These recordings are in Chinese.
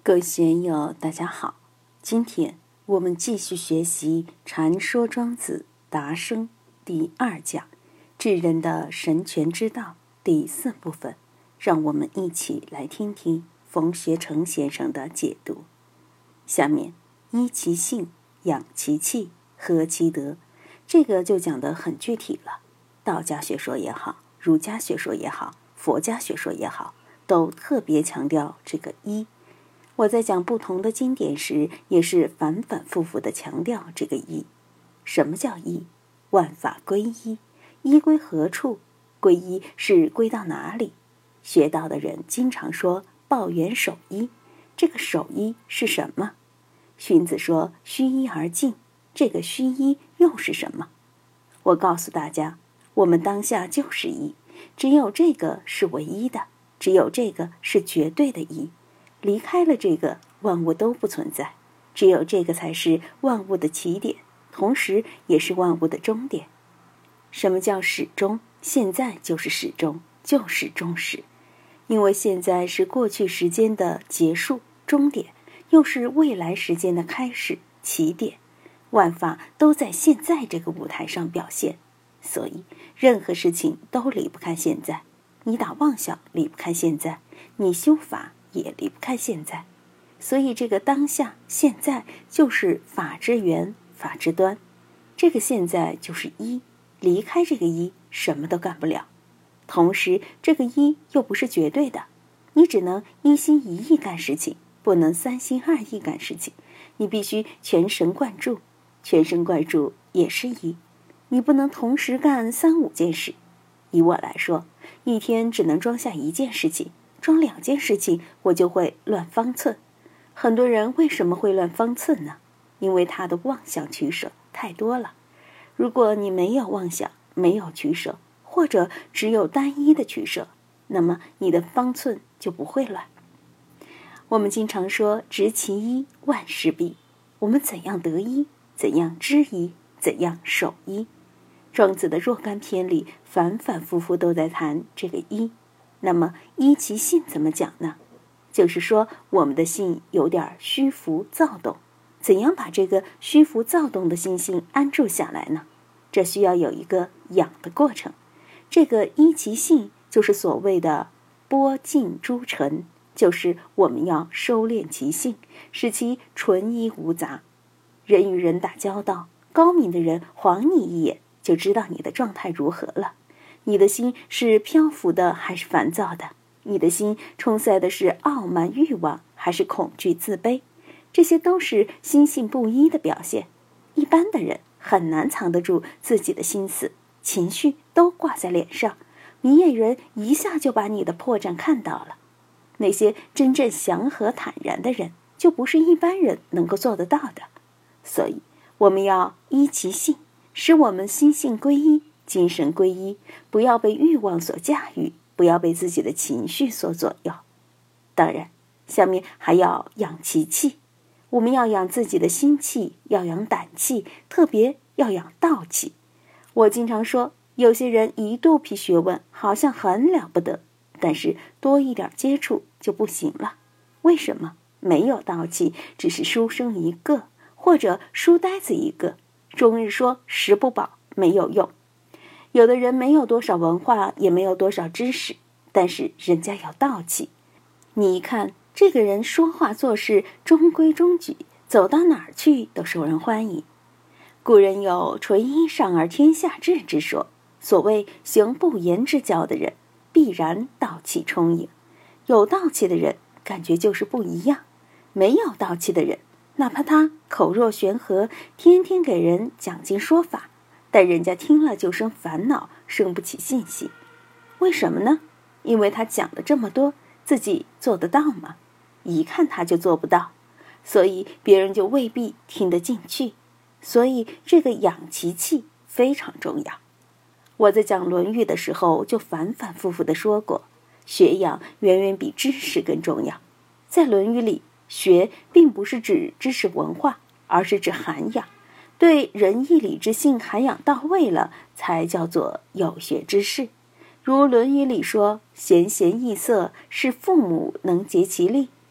各位学友大家好，今天我们继续学习《禅说庄子达生》第2讲治人的神权之道第4部分，让我们一起来听听冯学成先生的解读。下面依其性，养其气，和其德，这个就讲得很具体了。道家学说也好，儒家学说也好，佛家学说也好，都特别强调这个依。我在讲不同的经典时，也是反反复复地强调这个依。什么叫依？万法归依，依归何处？归依是归到哪里？学道的人经常说抱元守一，这个守一是什么？荀子说虚一而静，这个虚一又是什么？我告诉大家，我们当下就是一，只有这个是唯一的，只有这个是绝对的一。离开了这个，万物都不存在，只有这个才是万物的起点，同时也是万物的终点。什么叫始终？现在就是始终，就是终始。因为现在是过去时间的结束，终点，又是未来时间的开始，起点。万法都在现在这个舞台上表现，所以任何事情都离不开现在。你打妄想离不开现在，你修法也离不开现在，所以这个当下现在就是法之源，法之端。这个现在就是一，离开这个一什么都干不了。同时这个一又不是绝对的，你只能一心一意干事情，不能三心二意干事情。你必须全神贯注，全神贯注也是一，你不能同时干3、5件事。以我来说，一天只能装下1件事情，装2件事情，我就会乱方寸。很多人为什么会乱方寸呢？因为他的妄想取舍太多了。如果你没有妄想，没有取舍，或者只有单一的取舍，那么你的方寸就不会乱。我们经常说执其一，万事毕。我们怎样得一？怎样知一？怎样守一？庄子的若干篇里反反复复都在谈这个一。那么依其性怎么讲呢？就是说我们的性有点虚浮躁动，怎样把这个虚浮躁动的心性安住下来呢？这需要有一个养的过程。这个依其性就是所谓的剥尽诸尘，就是我们要收敛其性，使其纯一无杂。人与人打交道，高明的人晃你一眼就知道你的状态如何了。你的心是漂浮的还是烦躁的？你的心充塞的是傲慢欲望还是恐惧自卑？这些都是心性不一的表现。一般的人很难藏得住自己的心思，情绪都挂在脸上，明眼人一下就把你的破绽看到了。那些真正祥和坦然的人，就不是一般人能够做得到的。所以我们要依其性，使我们心性归一，精神归一，不要被欲望所驾驭，不要被自己的情绪所左右。当然，下面还要养其气。我们要养自己的心气，要养胆气，特别要养道气。我经常说，有些人一肚皮学问好像很了不得，但是多一点接触就不行了。为什么？没有道气，只是书生一个，或者书呆子一个，终日说食不饱，没有用。有的人没有多少文化，也没有多少知识，但是人家有道气。你一看这个人说话做事中规中矩，走到哪儿去都受人欢迎。古人有垂衣上而天下治之说，所谓行不言之交的人，必然道气充盈。有道气的人感觉就是不一样，没有道气的人，哪怕他口若悬河，天天给人讲经说法，但人家听了就生烦恼，生不起信心。为什么呢？因为他讲了这么多，自己做得到吗？一看他就做不到，所以别人就未必听得进去。所以这个养其气非常重要。我在讲《论语》的时候就反反复复地说过，学养远远比知识更重要。在《论语》里，学并不是指知识文化，而是指涵养。对仁义礼智信涵养到位了，才叫做有学之士。如《论语》里说，贤贤易色，是父母能竭其力，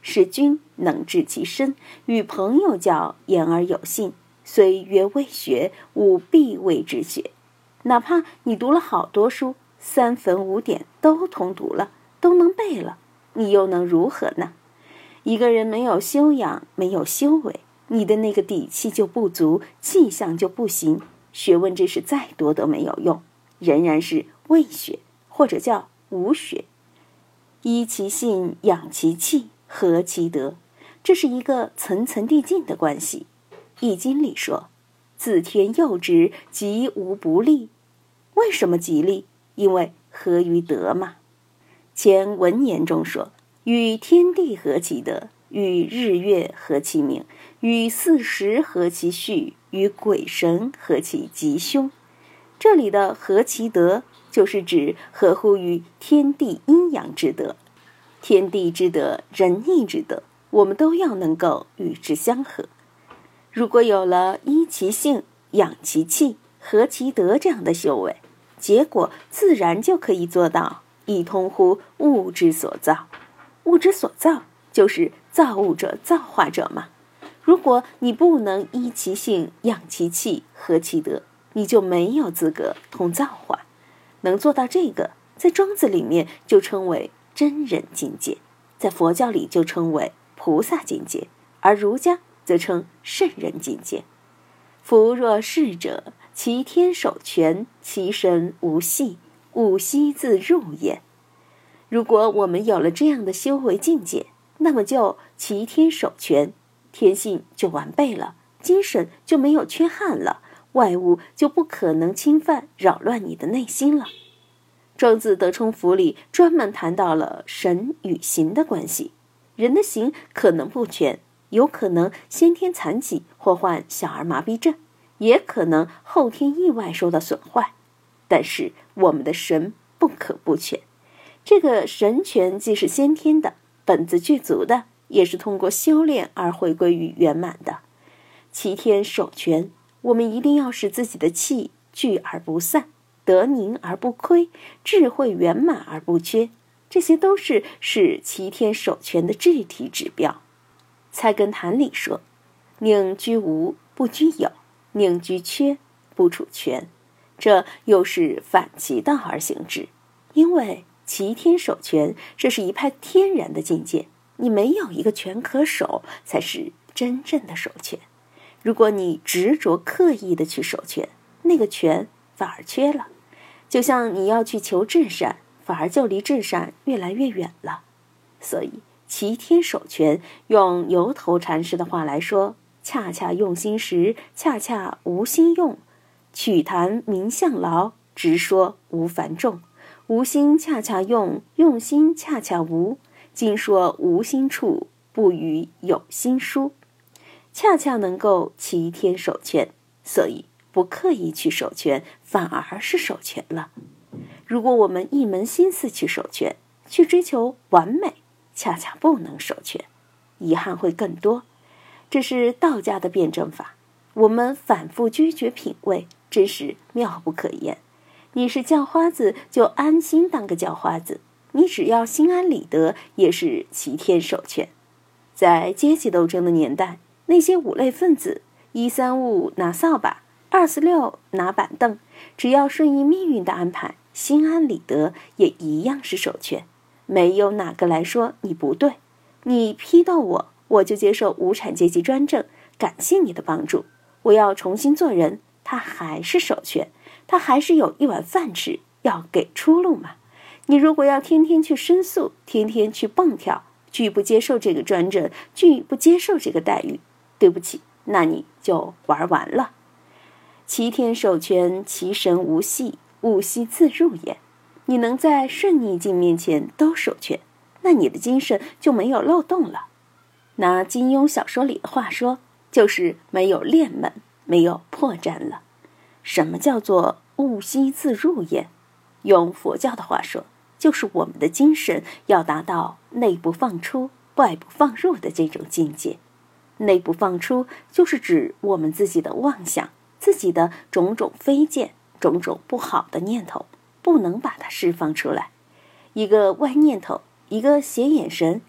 使君能治其身，与朋友交，言而有信，虽曰未学，吾必谓之学。哪怕你读了好多书，3分5点都通读了，都能背了，你又能如何呢？一个人没有修养，没有修为，你的那个底气就不足，气象就不行，学问知识再多都没有用，仍然是未学，或者叫无学。依其性，养其气，和其德，这是一个层层递进的关系。易经里说，自天佑之，吉无不利。为什么吉利？因为合于德嘛。前文言中说，与天地合其德，与日月合其明，与四时合其序，与鬼神合其吉凶。这里的合其德，就是指合乎于天地阴阳之德。天地之德，仁义之德，我们都要能够与之相合。如果有了依其性，养其气，和其德这样的修为，结果自然就可以做到一通乎物之所造。物之所造，就是造物者、造化者嘛。如果你不能依其性，养其气，和其德，你就没有资格通造化。能做到这个，在庄子里面就称为真人境界，在佛教里就称为菩萨境界，而儒家则称圣人境界。夫若是者，其天守全，其身无隙，吾息自入也。如果我们有了这样的修为境界，那么就其天守全，天性就完备了，精神就没有缺憾了，外物就不可能侵犯扰乱你的内心了。庄子德充符里专门谈到了神与形的关系。人的形可能不全，有可能先天残疾或患小儿麻痹症，也可能后天意外受到损坏，但是我们的神不可不全。这个神权既是先天的，本自具足的，也是通过修炼而回归于圆满的。其天守全，我们一定要使自己的气聚而不散，德宁而不亏，智慧圆满而不缺，这些都是使其天守全的具体指标。菜根谭里说，宁居无，不居有，宁居缺，不处全，这又是反其道而行之。因为其天守全，这是一派天然的境界，你没有一个权可守，才是真正的守权。如果你执着刻意的去守权，那个权反而缺了。就像你要去求至善，反而就离至善越来越远了。所以其天守全，用牛头禅师的话来说，恰恰用心时，恰恰无心用，曲谈名相劳，直说无繁重，无心恰恰用，用心恰恰无，今说无心处，不与有心疏，恰恰能够其天守全。所以不刻意去守权，反而是守权了。如果我们一门心思去守权，去追求完美，恰恰不能守权，遗憾会更多。这是道家的辩证法，我们反复咀嚼品味，真是妙不可言。你是叫花子，就安心当个叫花子，你只要心安理得，也是其天守全。在阶级斗争的年代，那些五类分子，135拿扫把，246拿板凳，只要顺应命运的安排，心安理得，也一样是守权。没有哪个来说你不对，你批斗我，我就接受无产阶级专政，感谢你的帮助，我要重新做人，他还是守权，他还是有一碗饭吃，要给出路嘛。你如果要天天去申诉，天天去蹦跳，拒不接受这个专政，拒不接受这个待遇，对不起，那你就玩完了。其天守全，其神无隙，吾息自入也。你能在顺逆境面前都守全，那你的精神就没有漏洞了。拿金庸小说里的话说，就是没有练门，没有破绽了。什么叫做吾息自入也？用佛教的话说，就是我们的精神要达到内不放出，外不放入的这种境界。内不放出，就是指我们自己的妄想，自己的种种非见，种种不好的念头，不能把它释放出来。一个歪念头，一个斜眼神，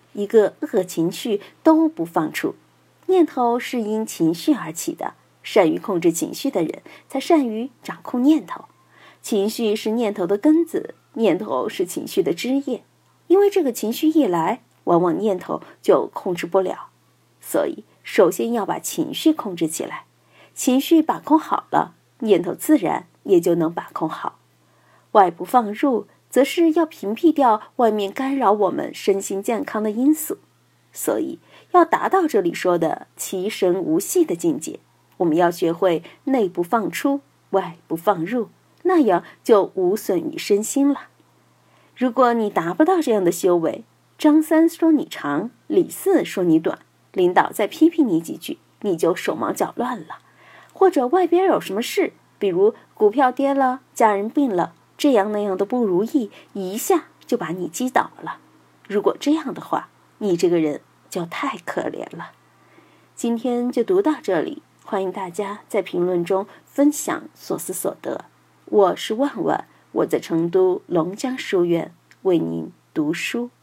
一个恶情绪都不放出。念头是因情绪而起的，善于控制情绪的人才善于掌控念头。情绪是念头的根子，念头是情绪的枝叶。因为这个情绪一来，往往念头就控制不了。所以首先要把情绪控制起来，情绪把控好了，念头自然也就能把控好。外部放入则是要屏蔽掉外面干扰我们身心健康的因素。所以要达到这里说的其神无隙的境界，我们要学会内部放出，外部放入，那样就无损于身心了。如果你达不到这样的修为，张三说你长，李四说你短，领导再批评你几句，你就手忙脚乱了。或者外边有什么事，比如股票跌了，家人病了，这样那样的不如意，一下就把你击倒了。如果这样的话，你这个人就太可怜了。今天就读到这里，欢迎大家在评论中分享所思所得。我是万万，我在成都龙江书院为您读书。